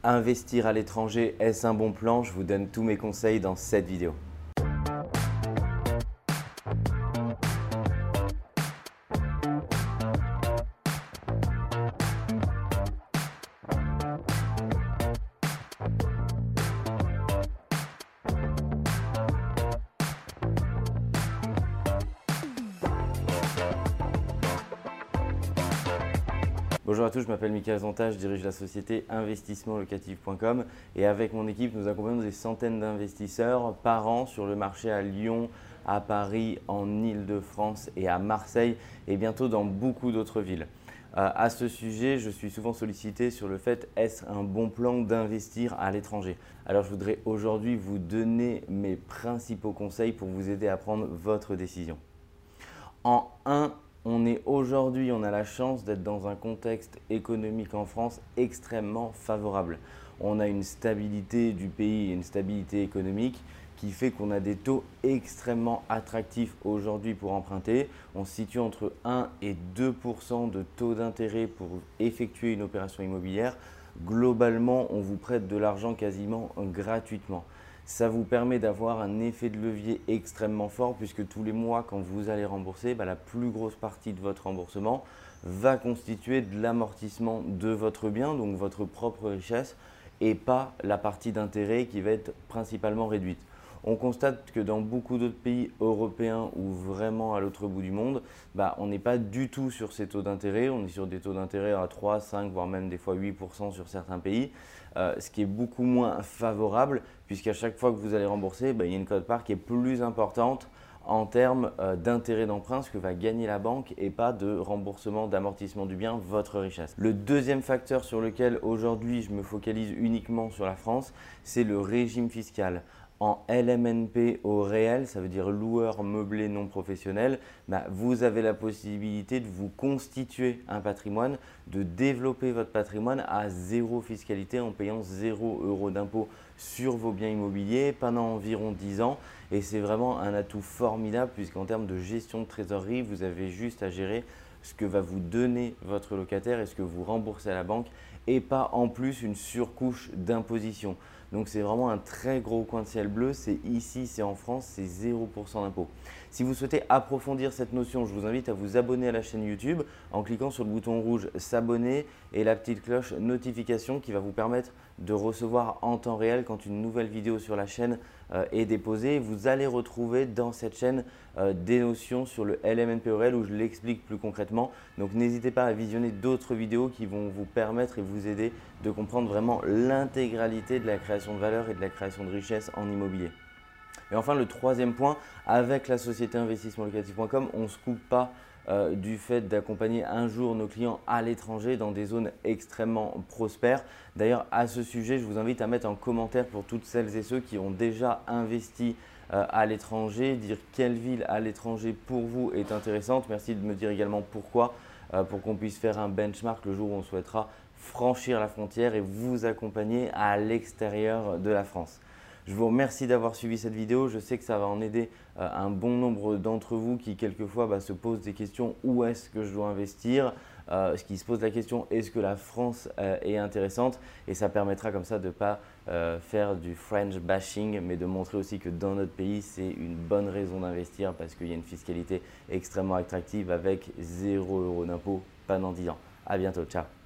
Investir à l'étranger, est-ce un bon plan? Je vous donne tous mes conseils dans cette vidéo. Bonjour à tous, je m'appelle Mickaël Zonta, je dirige la société investissementlocatif.com et avec mon équipe, nous accompagnons des centaines d'investisseurs par an sur le marché à Lyon, à Paris, en Île-de-France et à Marseille et bientôt dans beaucoup d'autres villes. À ce sujet, je suis souvent sollicité sur le fait est-ce un bon plan d'investir à l'étranger? Alors je voudrais aujourd'hui vous donner mes principaux conseils pour vous aider à prendre votre décision. En 1, on a la chance d'être dans un contexte économique en France extrêmement favorable. On a une stabilité du pays et une stabilité économique qui fait qu'on a des taux extrêmement attractifs aujourd'hui pour emprunter. On se situe entre 1 et 2% de taux d'intérêt pour effectuer une opération immobilière. Globalement, on vous prête de l'argent quasiment gratuitement. Ça vous permet d'avoir un effet de levier extrêmement fort puisque tous les mois, quand vous allez rembourser, la plus grosse partie de votre remboursement va constituer de l'amortissement de votre bien, donc votre propre richesse, et pas la partie d'intérêt qui va être principalement réduite. On constate que dans beaucoup d'autres pays européens ou vraiment à l'autre bout du monde, on n'est pas du tout sur ces taux d'intérêt. On est sur des taux d'intérêt à 3, 5, voire même des fois 8% sur certains pays, ce qui est beaucoup moins favorable puisqu'à chaque fois que vous allez rembourser, il y a une quote-part qui est plus importante en termes d'intérêt d'emprunt, ce que va gagner la banque et pas de remboursement, d'amortissement du bien, votre richesse. Le deuxième facteur sur lequel aujourd'hui je me focalise uniquement sur la France, c'est le régime fiscal. En LMNP au réel, ça veut dire loueur meublé non professionnel, vous avez la possibilité de vous constituer un patrimoine, de développer votre patrimoine à zéro fiscalité en payant 0 € d'impôt sur vos biens immobiliers pendant environ 10 ans. Et c'est vraiment un atout formidable puisqu'en termes de gestion de trésorerie, vous avez juste à gérer ce que va vous donner votre locataire et ce que vous remboursez à la banque et pas en plus une surcouche d'imposition. Donc c'est vraiment un très gros coin de ciel bleu, c'est ici, c'est en France, c'est 0% d'impôt. Si vous souhaitez approfondir cette notion, je vous invite à vous abonner à la chaîne YouTube en cliquant sur le bouton rouge s'abonner et la petite cloche notification qui va vous permettre de recevoir en temps réel quand une nouvelle vidéo sur la chaîne est déposée. Vous allez retrouver dans cette chaîne des notions sur le LMNP où je l'explique plus concrètement. Donc n'hésitez pas à visionner d'autres vidéos qui vont vous permettre et vous aider de comprendre vraiment l'intégralité de la création de valeur et de la création de richesse en immobilier. Et enfin, le troisième point, avec la société investissementlocatif.com, on ne se coupe pas du fait d'accompagner un jour nos clients à l'étranger dans des zones extrêmement prospères. D'ailleurs, à ce sujet, je vous invite à mettre en commentaire pour toutes celles et ceux qui ont déjà investi à l'étranger, dire quelle ville à l'étranger pour vous est intéressante. Merci de me dire également pourquoi, pour qu'on puisse faire un benchmark le jour où on souhaitera franchir la frontière et vous accompagner à l'extérieur de la France. Je vous remercie d'avoir suivi cette vidéo. Je sais que ça va en aider un bon nombre d'entre vous qui quelquefois se posent des questions où est-ce que je dois investir, qui se posent la question est-ce que la France est intéressante, et ça permettra comme ça de ne pas faire du French bashing mais de montrer aussi que dans notre pays c'est une bonne raison d'investir parce qu'il y a une fiscalité extrêmement attractive avec 0 € d'impôt pendant 10 ans. À bientôt, ciao.